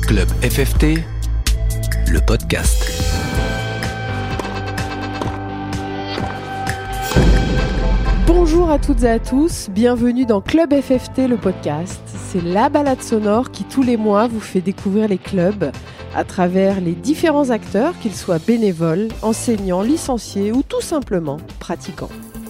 Club FFT, le podcast. Bonjour à toutes et à tous, bienvenue dans Club FFT, le podcast. C'est la balade sonore qui tous les mois vous fait découvrir les clubs à travers les différents acteurs, qu'ils soient bénévoles, enseignants, licenciés ou tout simplement pratiquants.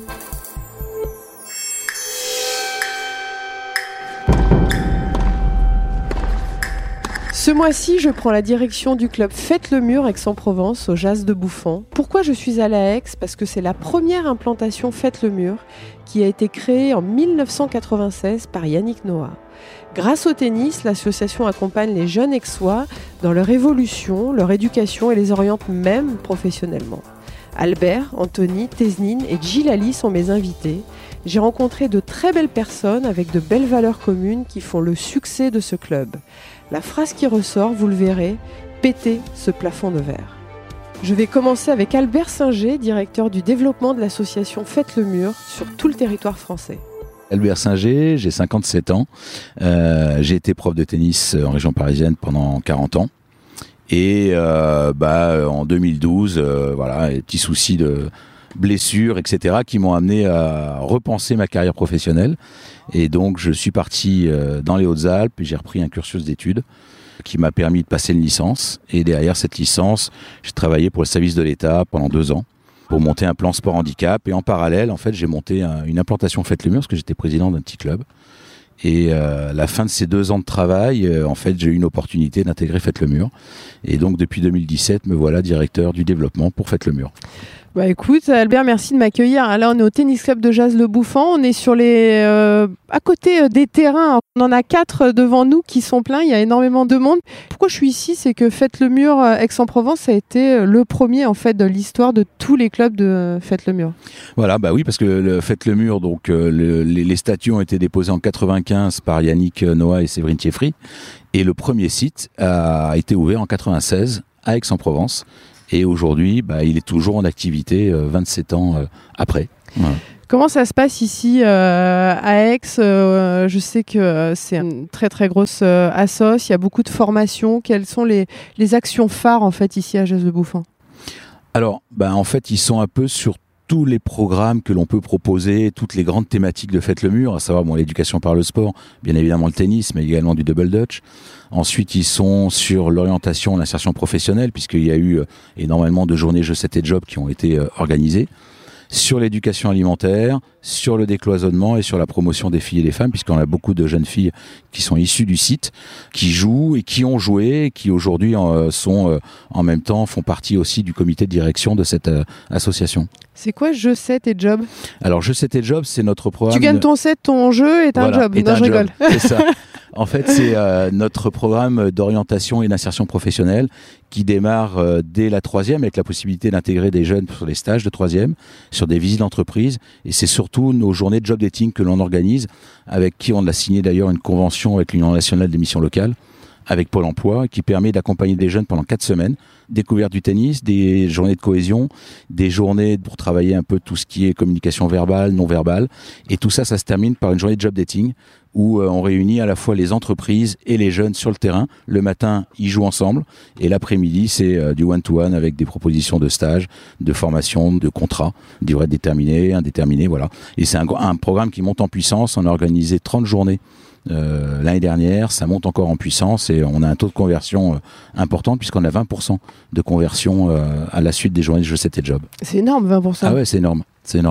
Ce mois-ci, je prends la direction du club Faites le Mur Aix-en-Provence au Jazz de Bouffan. Pourquoi je suis allée à Aix ? Parce que c'est la première implantation Faites le Mur qui a été créée en 1996 par Yannick Noah. Grâce au tennis, l'association accompagne les jeunes aixois dans leur évolution, leur éducation et les oriente même professionnellement. Albert, Anthony, Tesnine et Djilali sont mes invités. J'ai rencontré de très belles personnes avec de belles valeurs communes qui font le succès de ce club. La phrase qui ressort, vous le verrez, pétez ce plafond de verre. Je vais commencer avec Albert Singer, directeur du développement de l'association Faites le Mur sur tout le territoire français. Albert Singer, j'ai 57 ans. J'ai été prof de tennis en région parisienne pendant 40 ans. Et en 2012, des petits soucis de blessures, etc., qui m'ont amené à repenser ma carrière professionnelle. Et donc, je suis parti dans les Hautes-Alpes et j'ai repris un cursus d'études qui m'a permis de passer une licence. Et derrière cette licence, j'ai travaillé pour le service de l'État pendant 2 ans pour monter un plan sport handicap. Et en parallèle, en fait, j'ai monté une implantation Faites le Mur parce que j'étais président d'un petit club. Et à la fin de ces 2 ans de travail, j'ai eu une opportunité d'intégrer Faites le Mur. Et donc, depuis 2017, me voilà directeur du développement pour Faites le Mur. Bah écoute Albert, merci de m'accueillir. Là on est au tennis club de Jazz Le Bouffan, on est sur à côté des terrains. On en a 4 devant nous qui sont pleins, il y a énormément de monde. Pourquoi je suis ici, c'est que Faites le Mur Aix-en-Provence a été le premier en fait de l'histoire de tous les clubs de Faites le Mur. Voilà, bah oui, parce que Faites le Mur, donc les statuts ont été déposés en 95 par Yannick Noah et Séverine Thieffry, et le premier site a été ouvert en 96 à Aix-en-Provence. Et aujourd'hui, il est toujours en activité 27 ans après. Voilà. Comment ça se passe ici à Aix ? Je sais que c'est une très très grosse assoce, il y a beaucoup de formations. Quelles sont les actions phares en fait ici à Jazz Le Bouffan ? Alors, en fait, ils sont un peu sur tous les programmes que l'on peut proposer, toutes les grandes thématiques de Faites le Mur, à savoir l'éducation par le sport, bien évidemment le tennis, mais également du double dutch. Ensuite, ils sont sur l'orientation et l'insertion professionnelle, puisqu'il y a eu énormément de journées Jeux 7 et Job qui ont été organisées. Sur l'éducation alimentaire, sur le décloisonnement et sur la promotion des filles et des femmes, puisqu'on a beaucoup de jeunes filles qui sont issues du site, qui jouent et qui ont joué, et qui aujourd'hui sont en même temps font partie aussi du comité de direction de cette association. C'est quoi Jeux 7 et Job ? Alors Jeux 7 et Job, c'est notre programme. Tu gagnes ton 7, ton jeu est un job. Non, je rigole. C'est ça. En fait, c'est notre programme d'orientation et d'insertion professionnelle qui démarre dès la 3e avec la possibilité d'intégrer des jeunes sur les stages de 3e, sur des visites d'entreprise. Et c'est surtout nos journées de job dating que l'on organise, avec qui on a signé d'ailleurs une convention avec l'Union nationale des missions locales, avec Pôle emploi, qui permet d'accompagner des jeunes pendant 4 semaines, découverte du tennis, des journées de cohésion, des journées pour travailler un peu tout ce qui est communication verbale, non verbale. Et tout ça, ça se termine par une journée de job dating où on réunit à la fois les entreprises et les jeunes sur le terrain. Le matin, ils jouent ensemble et l'après-midi, c'est du one-to-one avec des propositions de stage, de formation, de contrat, durée déterminée, indéterminée, voilà. Et c'est un programme qui monte en puissance. On a organisé 30 journées l'année dernière, ça monte encore en puissance et on a un taux de conversion important puisqu'on a 20% de conversion à la suite des journées de Jeux 7 et Job. C'est énorme, 20%. Ah ouais, c'est énorme.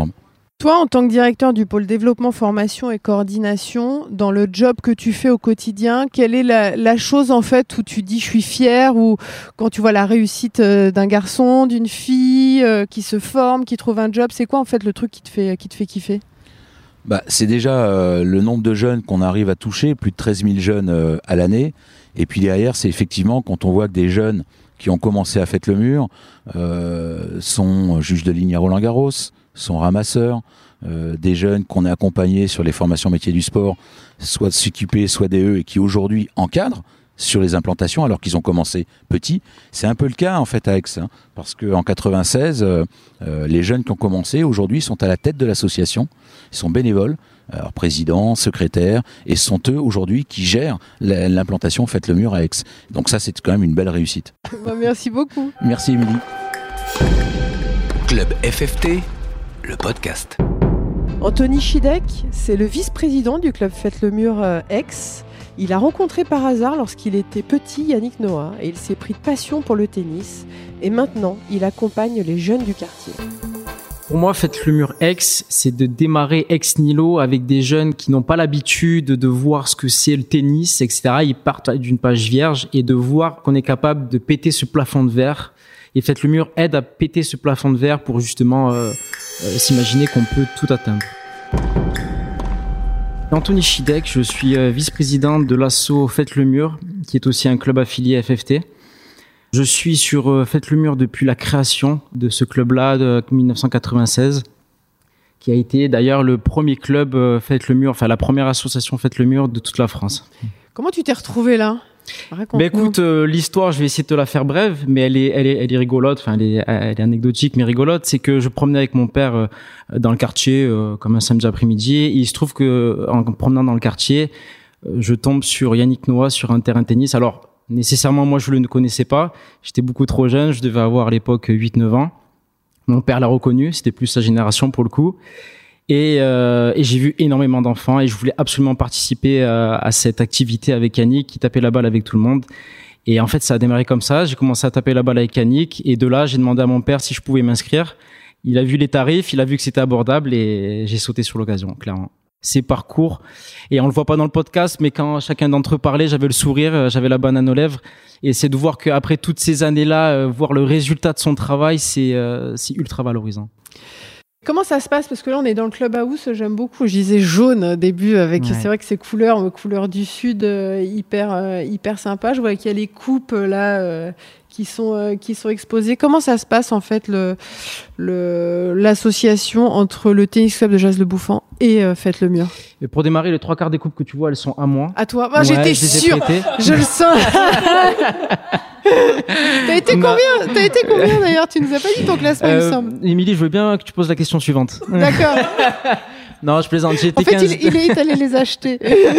Toi, en tant que directeur du pôle développement, formation et coordination, dans le job que tu fais au quotidien, quelle est la chose en fait où tu dis je suis fier, ou quand tu vois la réussite d'un garçon, d'une fille qui se forme, qui trouve un job, c'est quoi en fait le truc qui te fait kiffer ? C'est déjà le nombre de jeunes qu'on arrive à toucher, plus de 13 000 jeunes à l'année. Et puis derrière, c'est effectivement quand on voit que des jeunes qui ont commencé à Faites le Mur sont juges de ligne à Roland-Garros, sont ramasseurs, des jeunes qu'on a accompagnés sur les formations métiers du sport, soit de s'occuper, soit DE, et qui aujourd'hui encadrent sur les implantations alors qu'ils ont commencé petits. C'est un peu le cas en fait à Aix, parce qu'en 96, les jeunes qui ont commencé aujourd'hui sont à la tête de l'association, ils sont bénévoles, alors président, secrétaire, et ce sont eux aujourd'hui qui gèrent l'implantation Faites le Mur à Aix. Donc ça, c'est quand même une belle réussite. Merci beaucoup. Merci Émilie. Club FFT, le podcast. Anthony Chidec, c'est le vice-président du club Faites le Mur Aix. Il a rencontré par hasard lorsqu'il était petit Yannick Noah et il s'est pris de passion pour le tennis. Et maintenant, il accompagne les jeunes du quartier. Pour moi, Faites le Mur Aix, c'est de démarrer ex nihilo avec des jeunes qui n'ont pas l'habitude de voir ce que c'est le tennis, etc. Ils partent d'une page vierge et de voir qu'on est capable de péter ce plafond de verre. Et Faites le Mur aide à péter ce plafond de verre pour justement s'imaginer qu'on peut tout atteindre. Anthony Chidec, je suis vice-président de l'asso Faites le Mur, qui est aussi un club affilié à FFT. Je suis sur Faites le Mur depuis la création de ce club-là de 1996, qui a été d'ailleurs le premier club Faites le Mur, enfin la première association Faites le Mur de toute la France. Comment tu t'es retrouvé là ? Ben écoute, l'histoire, je vais essayer de te la faire brève, mais elle est rigolote, enfin elle est anecdotique mais rigolote. C'est que je promenais avec mon père dans le quartier comme un samedi après-midi, et il se trouve que en promenant dans le quartier, je tombe sur Yannick Noah sur un terrain de tennis. Alors nécessairement, moi je le connaissais pas, j'étais beaucoup trop jeune, je devais avoir à l'époque 8-9 ans. Mon père l'a reconnu, c'était plus sa génération pour le coup. Et j'ai vu énormément d'enfants et je voulais absolument participer à cette activité avec Yannick qui tapait la balle avec tout le monde. Et en fait, ça a démarré comme ça. J'ai commencé à taper la balle avec Yannick et de là, j'ai demandé à mon père si je pouvais m'inscrire. Il a vu les tarifs, il a vu que c'était abordable et j'ai sauté sur l'occasion, clairement. Ces parcours, et on le voit pas dans le podcast, mais quand chacun d'entre eux parlait, j'avais le sourire, j'avais la banane aux lèvres. Et c'est de voir qu'après toutes ces années-là, voir le résultat de son travail, c'est ultra valorisant. Comment ça se passe ? Parce que là, on est dans le clubhouse, j'aime beaucoup. Je disais jaune au début, avec c'est vrai que ces couleurs du sud hyper sympa. Je vois qu'il y a les coupes là qui sont exposées. Comment ça se passe en fait l'association entre le tennis club de Jas le Bouffant et Faites le Mur ? Et pour démarrer, les 3/4 des coupes que tu vois, elles sont à moi. À toi ? Moi, j'étais sûre. Je le sens. T'as été combien d'ailleurs ? Tu nous as pas dit ton classement, il me semble. Émilie, je veux bien que tu poses la question suivante. D'accord. Non, je plaisante. J'ai été en fait, 15... il est allé les acheter.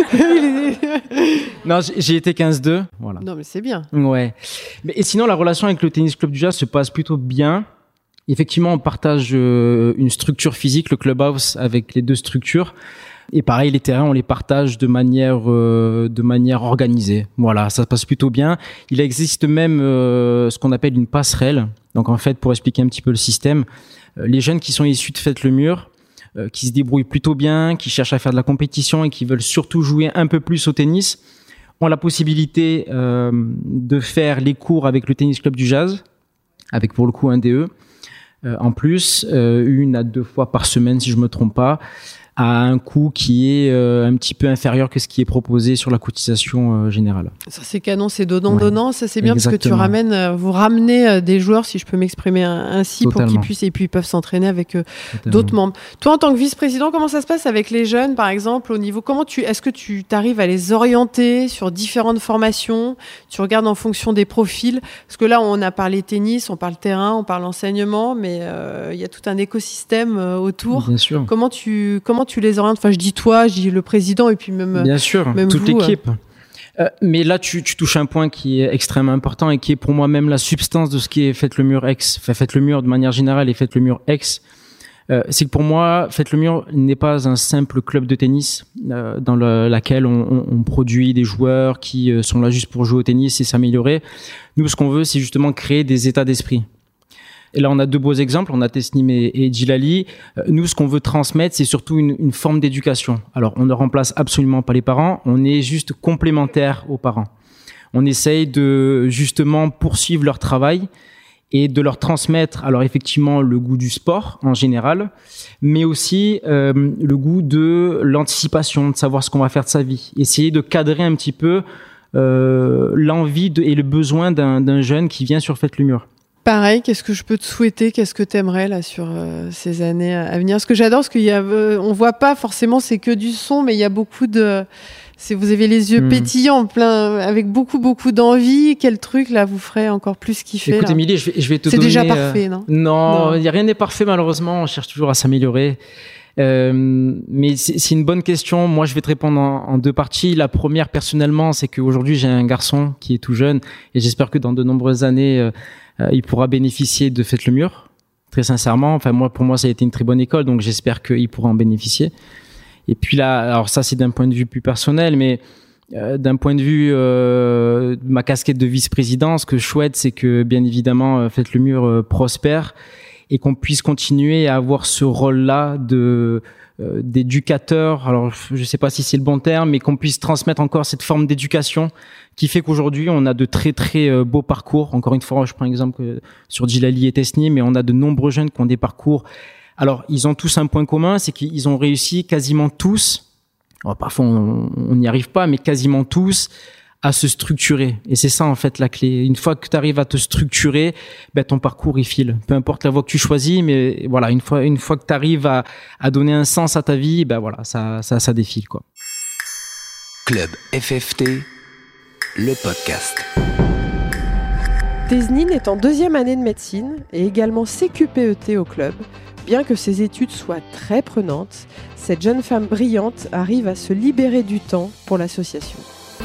Non, j'ai été 15-2. Voilà. Non, mais c'est bien. Ouais. Et sinon, la relation avec le tennis club du Jas se passe plutôt bien. Effectivement, on partage une structure physique, le clubhouse, avec les deux structures. Et pareil, les terrains, on les partage de manière organisée. Voilà, ça se passe plutôt bien. Il existe même ce qu'on appelle une passerelle. Donc en fait, pour expliquer un petit peu le système, les jeunes qui sont issus de Faites le Mur, qui se débrouillent plutôt bien, qui cherchent à faire de la compétition et qui veulent surtout jouer un peu plus au tennis, ont la possibilité de faire les cours avec le tennis club du Jas, avec pour le coup un DE. En plus, 1 à 2 fois par semaine, si je me trompe pas, à un coût qui est un petit peu inférieur que ce qui est proposé sur la cotisation générale. Ça c'est canon, c'est donnant-donnant, ça c'est bien. Exactement. Parce que vous ramenez des joueurs, si je peux m'exprimer ainsi, totalement. Pour qu'ils puissent, et puis ils peuvent s'entraîner avec d'autres membres. Toi en tant que vice-président, comment ça se passe avec les jeunes par exemple au niveau, est-ce que tu arrives à les orienter sur différentes formations, tu regardes en fonction des profils, parce que là on a parlé tennis, on parle terrain, on parle enseignement, mais il y a tout un écosystème autour. Bien sûr. Comment tu les orientes ? Enfin, je dis le président et puis même. Bien sûr, même toute l'équipe. Mais là, tu touches un point qui est extrêmement important et qui est pour moi même la substance de ce qui est Faites le Mur Aix. Enfin, Faites le Mur de manière générale et Faites le Mur Aix. C'est que pour moi, Faites le Mur n'est pas un simple club de tennis dans laquelle on produit des joueurs qui sont là juste pour jouer au tennis et s'améliorer. Nous, ce qu'on veut, c'est justement créer des états d'esprit. Et là, on a 2 beaux exemples. On a Tesnim et Djilali. Nous, ce qu'on veut transmettre, c'est surtout une forme d'éducation. Alors, on ne remplace absolument pas les parents. On est juste complémentaire aux parents. On essaye de justement poursuivre leur travail et de leur transmettre, alors effectivement, le goût du sport en général, mais aussi le goût de l'anticipation, de savoir ce qu'on va faire de sa vie. Essayer de cadrer un petit peu l'envie et le besoin d'un jeune qui vient sur Faites le Mur. Pareil, qu'est-ce que je peux te souhaiter ? Qu'est-ce que t'aimerais là sur ces années à venir ? Ce que j'adore, c'est on voit pas forcément, c'est que du son, mais il y a beaucoup de... vous avez les yeux pétillants, plein, avec beaucoup d'envie. Quel truc là vous ferait encore plus kiffer ? Écoute, Émilie, je vais te donner... donner... C'est déjà parfait, non ? Non, rien n'est parfait malheureusement. On cherche toujours à s'améliorer. Mais c'est une bonne question. Moi, je vais te répondre en deux parties. La première, personnellement, c'est qu'aujourd'hui, j'ai un garçon qui est tout jeune et j'espère que dans de nombreuses années, il pourra bénéficier de Faites le Mur. Très sincèrement, enfin pour moi, ça a été une très bonne école, donc j'espère qu'il pourra en bénéficier. Et puis là, alors ça, c'est d'un point de vue plus personnel, mais d'un point de vue ma casquette de vice-président, ce que je souhaite, c'est que bien évidemment, Faites le Mur prospère et qu'on puisse continuer à avoir ce rôle-là d'éducateur. Alors, je sais pas si c'est le bon terme, mais qu'on puisse transmettre encore cette forme d'éducation qui fait qu'aujourd'hui, on a de très, très beaux parcours. Encore une fois, je prends exemple sur Djilali et Tesni, mais on a de nombreux jeunes qui ont des parcours. Alors, ils ont tous un point commun, c'est qu'ils ont réussi quasiment tous, alors, parfois on n'y arrive pas, mais quasiment tous, à se structurer. Et c'est ça, en fait, la clé. Une fois que tu arrives à te structurer, ton parcours, il file. Peu importe la voie que tu choisis, mais voilà, une fois que tu arrives à donner un sens à ta vie, voilà, ça défile, quoi. Club FFT, le podcast. Tesnine est en 2e année de médecine et également CQPET au club. Bien que ses études soient très prenantes, cette jeune femme brillante arrive à se libérer du temps pour l'association.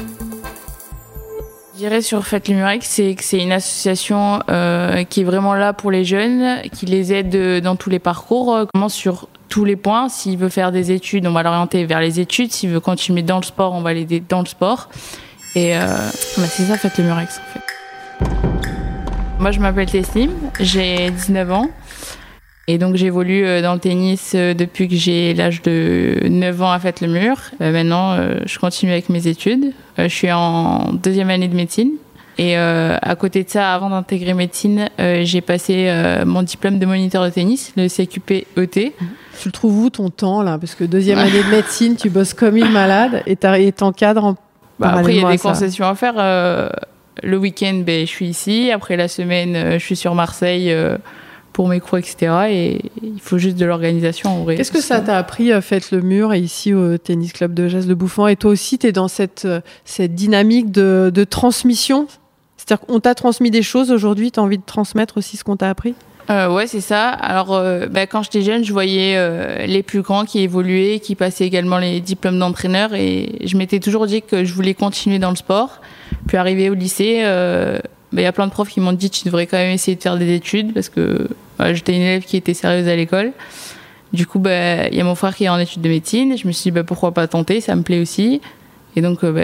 Je dirais sur Faites le Mur, c'est que c'est une association qui est vraiment là pour les jeunes, qui les aide dans tous les parcours, comment sur tous les points. S'il veut faire des études, on va l'orienter vers les études. S'il veut continuer dans le sport, on va l'aider dans le sport. Et c'est ça, Faites le Mur en fait. Moi, je m'appelle Tesnim, j'ai 19 ans. Et donc, j'évolue dans le tennis depuis que j'ai l'âge de 9 ans à Faites le Mur. Maintenant, je continue avec mes études. Je suis en 2e année de médecine. Et à côté de ça, avant d'intégrer médecine, j'ai passé mon diplôme de moniteur de tennis, le CQPET. Tu le trouves où ton temps, là ? Parce que 2e année de médecine, tu bosses comme une malade et t'encadres en parallèlement. Après, il y a des ça. concessions à faire. Le week-end, je suis ici. Après la semaine, je suis sur Marseille pour mes cours, etc. Et il faut juste de l'organisation en vrai. Qu'est-ce que ça t'a appris, Faites le Mur, et ici au Tennis Club de Jas de Bouffan ? Et toi aussi, tu es dans cette dynamique de transmission ? C'est-à-dire qu'on t'a transmis des choses aujourd'hui, tu as envie de transmettre aussi ce qu'on t'a appris ? Ouais, c'est ça. Alors, quand j'étais jeune, je voyais les plus grands qui évoluaient, qui passaient également les diplômes d'entraîneur, et je m'étais toujours dit que je voulais continuer dans le sport. Puis arrivé au lycée, y a plein de profs qui m'ont dit tu devrais quand même essayer de faire des études parce que j'étais une élève qui était sérieuse à l'école. Du coup, il y a mon frère qui est en études de médecine. Je me suis dit pourquoi pas tenter, ça me plaît aussi. Et donc, je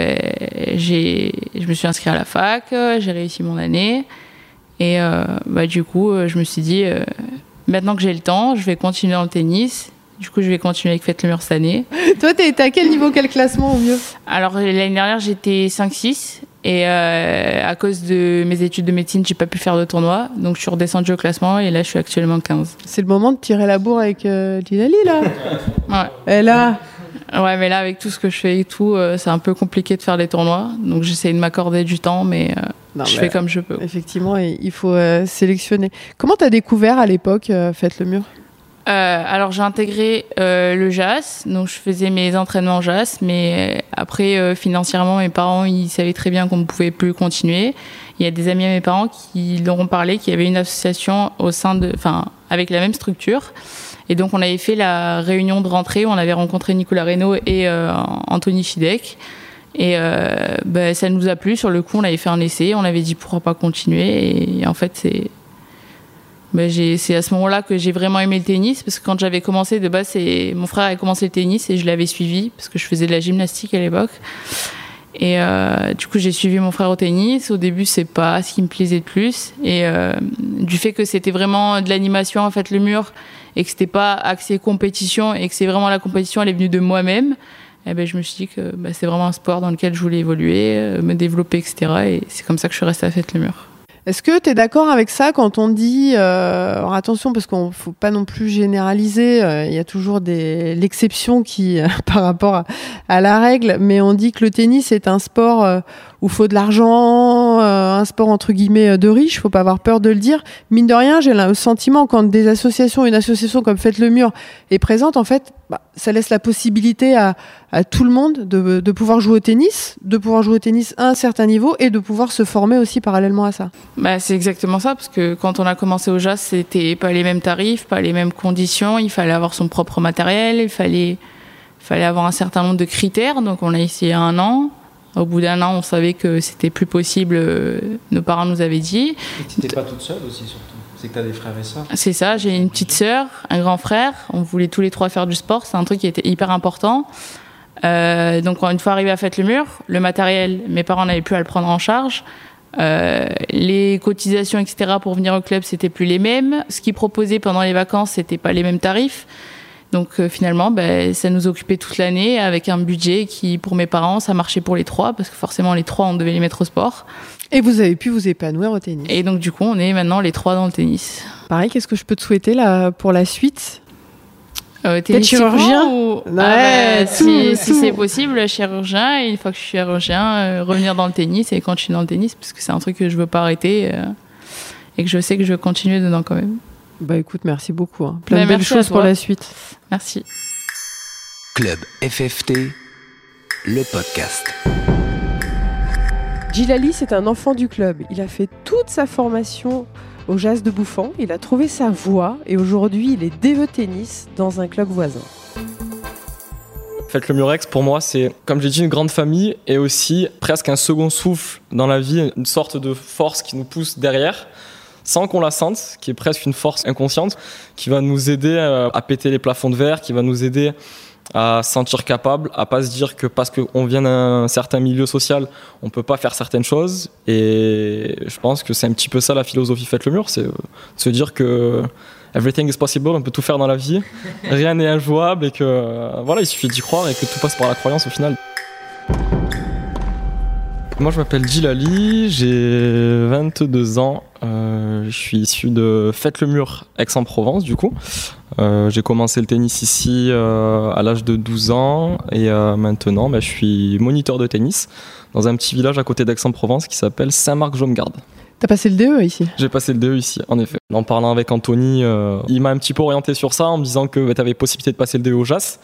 me suis inscrite à la fac, j'ai réussi mon année. Et du coup, je me suis dit, maintenant que j'ai le temps, je vais continuer dans le tennis. Du coup, je vais continuer avec Faites le Mur cette année. Toi, t'es à quel niveau, quel classement au mieux ? Alors, l'année dernière, j'étais 5-6. Et à cause de mes études de médecine, j'ai pas pu faire de tournoi. Donc, je suis redescendue au classement et là, je suis actuellement 15. C'est le moment de tirer la bourre avec Djilali, là. Ouais. Et là... Ouais, mais là, avec tout ce que je fais et tout, c'est un peu compliqué de faire des tournois. Donc, j'essaie de m'accorder du temps, mais je fais comme je peux. Effectivement, il faut sélectionner. Comment t'as découvert à l'époque Faites le Mur ? Alors, j'ai intégré le JAS. Donc, je faisais mes entraînements JAS. Mais après, financièrement, mes parents, ils savaient très bien qu'on ne pouvait plus continuer. Il y a des amis à mes parents qui leur ont parlé qu'il y avait une association avec la même structure. Et donc, on avait fait la réunion de rentrée où on avait rencontré Nicolas Reynaud et Anthony Fidek. Et ça nous a plu. Sur le coup, on avait fait un essai. On avait dit pourquoi pas continuer. Et en fait, c'est à ce moment-là que j'ai vraiment aimé le tennis. Parce que quand j'avais commencé, de base, mon frère avait commencé le tennis et je l'avais suivi. Parce que je faisais de la gymnastique à l'époque. Et du coup, j'ai suivi mon frère au tennis. Au début, c'est pas ce qui me plaisait le plus. Et du fait que c'était vraiment de l'animation, en fait, le mur, et que c'était pas axé compétition, et que c'est vraiment la compétition, elle est venue de moi-même, je me suis dit que c'est vraiment un sport dans lequel je voulais évoluer, me développer, etc. Et c'est comme ça que je suis restée à Faites le Mur. Est-ce que tu es d'accord avec ça quand on dit, alors attention parce qu'il ne faut pas non plus généraliser, il y a toujours l'exception qui par rapport à la règle, mais on dit que le tennis est un sport où il faut de l'argent, forcément un sport entre guillemets de riche, faut pas avoir peur de le dire. Mine de rien, j'ai le sentiment quand une association comme Faites le Mur est présente, en fait, ça laisse la possibilité à tout le monde de pouvoir jouer au tennis, à un certain niveau et de pouvoir se former aussi parallèlement à ça. C'est exactement ça, parce que quand on a commencé au jazz, c'était pas les mêmes tarifs, pas les mêmes conditions, il fallait avoir son propre matériel, il fallait avoir un certain nombre de critères, donc on a essayé 1 an. Au bout d'1 an, on savait que c'était plus possible, nos parents nous avaient dit. Et tu n'étais pas toute seule aussi, surtout. C'est que tu as des frères et sœurs. C'est ça, j'ai une petite sœur, un grand frère. On voulait tous les 3 faire du sport, c'est un truc qui était hyper important. Donc une fois arrivé à Faites le Mur, le matériel, mes parents n'avaient plus à le prendre en charge. Les cotisations, etc. pour venir au club, c'était plus les mêmes. Ce qu'ils proposaient pendant les vacances, c'était pas les mêmes tarifs. Donc finalement, ça nous occupait toute l'année avec un budget qui, pour mes parents, ça marchait pour les 3 parce que forcément les 3, on devait les mettre au sport. Et vous avez pu vous épanouir au tennis. Et donc du coup, on est maintenant les 3 dans le tennis. Pareil, qu'est-ce que je peux te souhaiter là pour la suite ? Peut-être chirurgien ou... si c'est possible, chirurgien. Et une fois que je suis chirurgien, revenir dans le tennis et continuer dans le tennis parce que c'est un truc que je veux pas arrêter et que je sais que je veux continuer dedans quand même. Écoute, merci beaucoup. Plein de belles choses pour la suite. Merci. Club FFT, le podcast. Djilali, c'est un enfant du club. Il a fait toute sa formation au Jazz de Bouffan. Il a trouvé sa voie et aujourd'hui, il est DE tennis dans un club voisin. Faites le Murex, pour moi, c'est, comme j'ai dit, une grande famille et aussi presque un second souffle dans la vie, une sorte de force qui nous pousse derrière, sans qu'on la sente, qui est presque une force inconsciente, qui va nous aider à péter les plafonds de verre, qui va nous aider à se sentir capable, à pas se dire que parce qu'on vient d'un certain milieu social, on peut pas faire certaines choses. Et je pense que c'est un petit peu ça la philosophie Faites le Mur, c'est de se dire que everything is possible, on peut tout faire dans la vie, rien n'est injouable et que voilà, il suffit d'y croire et que tout passe par la croyance au final. Moi je m'appelle Djilali, j'ai 22 ans, je suis issu de Faites le Mur Aix-en-Provence du coup. J'ai commencé le tennis ici à l'âge de 12 ans et maintenant je suis moniteur de tennis dans un petit village à côté d'Aix-en-Provence qui s'appelle Saint-Marc-Jaume-Garde. T'as passé le DE ici ? J'ai passé le DE ici, en effet. En parlant avec Anthony, il m'a un petit peu orienté sur ça en me disant que tu avais possibilité de passer le DE au JAS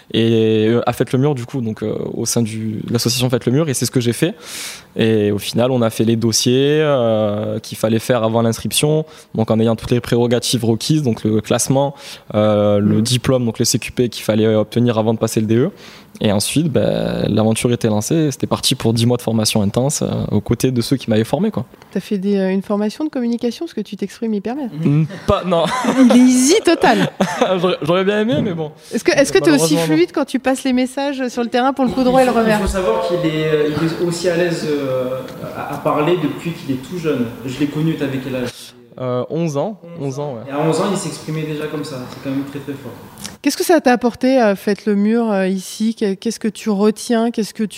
et à Faites le Mur du coup, donc au sein de l'association Faites le Mur, et c'est ce que j'ai fait. Et au final, on a fait les dossiers qu'il fallait faire avant l'inscription, donc en ayant toutes les prérogatives requises, donc le classement, le diplôme, donc le CQP qu'il fallait obtenir avant de passer le DE. Et ensuite, l'aventure était lancée, c'était parti pour 10 mois de formation intense aux côtés de ceux qui m'avaient formé, quoi. T'as fait une formation de communication, parce que tu t'exprimes hyper bien. Non. Il est easy total. J'aurais bien aimé, mais bon. Est-ce que t'es aussi fluide quand tu passes les messages sur le terrain pour le coup droit et le revers ? Il faut savoir qu'il est aussi à l'aise à parler depuis qu'il est tout jeune. Je l'ai connu, t'avais quel âge ? 11 ans, ouais. Et à 11 ans, il s'exprimait déjà comme ça. C'est quand même très très fort. Qu'est-ce que ça t'a apporté, Faites le Mur, ici ? Qu'est-ce que tu retiens ?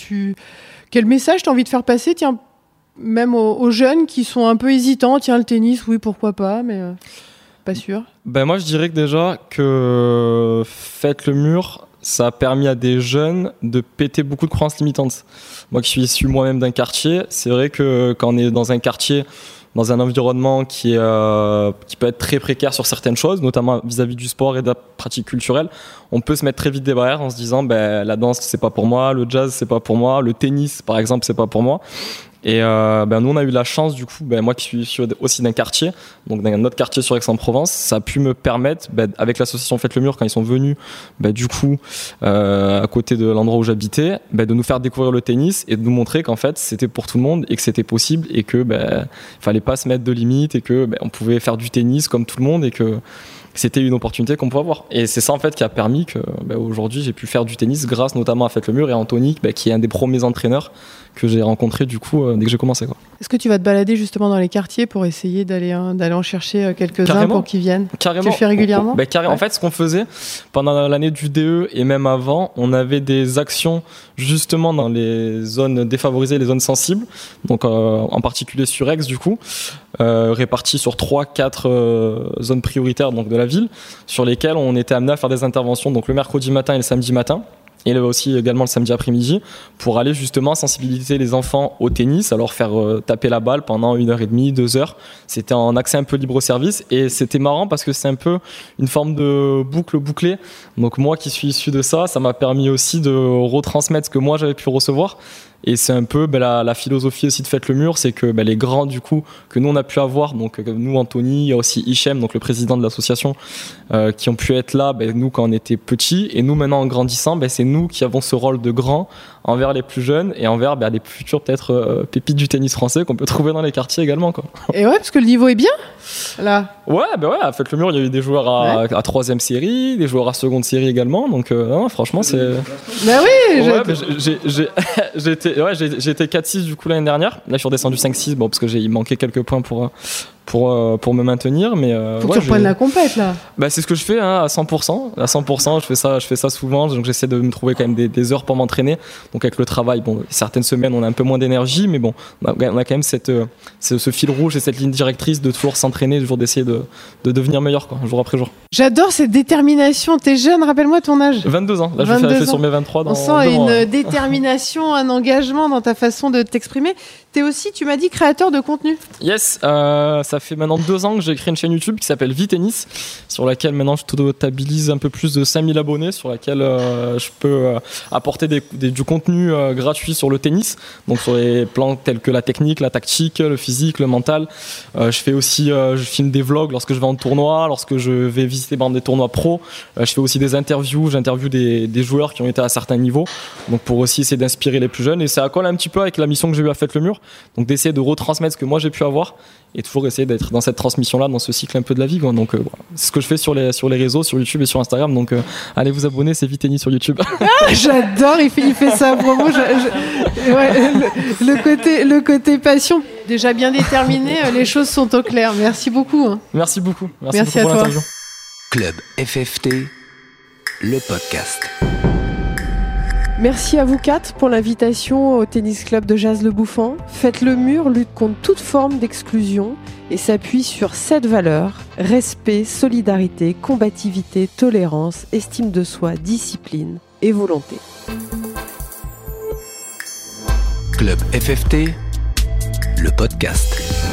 Quel message t'as envie de faire passer ? Tiens, même aux jeunes qui sont un peu hésitants. Tiens, le tennis, oui, pourquoi pas, mais pas sûr. Moi, je dirais que déjà que Faites le Mur, ça a permis à des jeunes de péter beaucoup de croyances limitantes. Moi qui suis issu moi-même d'un quartier, c'est vrai que quand on est dans un quartier, dans un environnement qui peut être très précaire sur certaines choses, notamment vis-à-vis du sport et de la pratique culturelle, on peut se mettre très vite des barrières en se disant la danse c'est pas pour moi, le jazz c'est pas pour moi, le tennis par exemple c'est pas pour moi. Et nous on a eu la chance du coup, moi qui suis issu aussi d'un quartier, donc d'un autre quartier sur Aix-en-Provence, ça a pu me permettre avec l'association Faites le Mur quand ils sont venus du coup à côté de l'endroit où j'habitais, de nous faire découvrir le tennis et de nous montrer qu'en fait c'était pour tout le monde et que c'était possible et que fallait pas se mettre de limites et que on pouvait faire du tennis comme tout le monde et que c'était une opportunité qu'on pouvait avoir. Et c'est ça en fait qui a permis que aujourd'hui j'ai pu faire du tennis grâce notamment à Faites le Mur et à Anthony qui est un des premiers entraîneurs que j'ai rencontré du coup dès que j'ai commencé, quoi. Est-ce que tu vas te balader justement dans les quartiers pour essayer d'aller en chercher quelques-uns Carrément. Pour qu'ils viennent ? Carrément. Tu le fais régulièrement ? Carrément. Ouais. En fait, ce qu'on faisait pendant l'année du DE et même avant, on avait des actions justement dans les zones défavorisées, les zones sensibles, donc en particulier sur Aix du coup, réparties sur 3-4 zones prioritaires donc de la ville, sur lesquelles on était amené à faire des interventions donc le mercredi matin et le samedi matin. et aussi également le samedi après-midi pour aller justement sensibiliser les enfants au tennis, alors faire taper la balle pendant 1h30, 2 heures. C'était en accès un peu libre service et c'était marrant parce que c'est un peu une forme de boucle bouclée. Donc moi qui suis issu de ça m'a permis aussi de retransmettre ce que moi j'avais pu recevoir. Et c'est un peu la philosophie aussi de Faites le Mur, c'est que les grands du coup que nous on a pu avoir, donc nous Anthony, il y a aussi Hichem, donc le président de l'association, qui ont pu être là, nous quand on était petits, et nous maintenant en grandissant, c'est nous qui avons ce rôle de grand envers les plus jeunes et envers les futurs peut-être pépites du tennis français qu'on peut trouver dans les quartiers également, quoi. Et ouais, parce que le niveau est bien là. Ouais, à Faites le Mur, il y a eu des joueurs à 3e série, des joueurs à 2e série également, donc non, franchement c'est. Bah oui. J'ai été 4-6 du coup l'année dernière. Là je suis redescendu 5-6 parce que il manquait quelques points pour me maintenir, mais faut que tu reprennes la compète là. C'est ce que je fais à 100%. À 100%, je fais ça souvent, donc j'essaie de me trouver quand même des heures pour m'entraîner. Donc avec le travail, certaines semaines on a un peu moins d'énergie, mais on a quand même ce fil rouge et cette ligne directrice de toujours s'entraîner, toujours d'essayer de devenir meilleur, quoi, jour après jour. J'adore cette détermination. T'es jeune, rappelle-moi ton âge. 22 ans. Là je fais sur mes 23 dans. On sent une détermination, un engagement dans ta façon de t'exprimer. T'es aussi, tu m'as dit, créateur de contenu. Yes, ça fait maintenant 2 ans que j'ai créé une chaîne YouTube qui s'appelle Vitennis, sur laquelle maintenant je totabilise un peu plus de 5000 abonnés, sur laquelle je peux apporter du contenu gratuit sur le tennis, donc sur les plans tels que la technique, la tactique, le physique, le mental. Je fais aussi, je filme des vlogs lorsque je vais en tournoi, lorsque je vais visiter des tournois pro. Je fais aussi des interviews, j'interviewe des joueurs qui ont été à certains niveaux, donc pour aussi essayer d'inspirer les plus jeunes, et ça colle un petit peu avec la mission que j'ai eu à Faites le Mur. Donc d'essayer de retransmettre ce que moi j'ai pu avoir et toujours essayer d'être dans cette transmission-là, dans ce cycle un peu de la vie, quoi. Donc c'est ce que je fais sur les réseaux, sur YouTube et sur Instagram. Donc allez vous abonner, c'est Vitennis sur YouTube. Ah, j'adore, il fait ça promo. Ouais, le côté passion, déjà bien déterminé, les choses sont au clair. Merci beaucoup. Merci beaucoup. Merci à beaucoup pour toi. l'interview. Club FFT, le podcast. Merci à vous 4 pour l'invitation au tennis club de Jas Le Bouffant. Faites le Mur lutte contre toute forme d'exclusion et s'appuie sur 7 valeurs: respect, solidarité, combativité, tolérance, estime de soi, discipline et volonté. Club FFT, le podcast.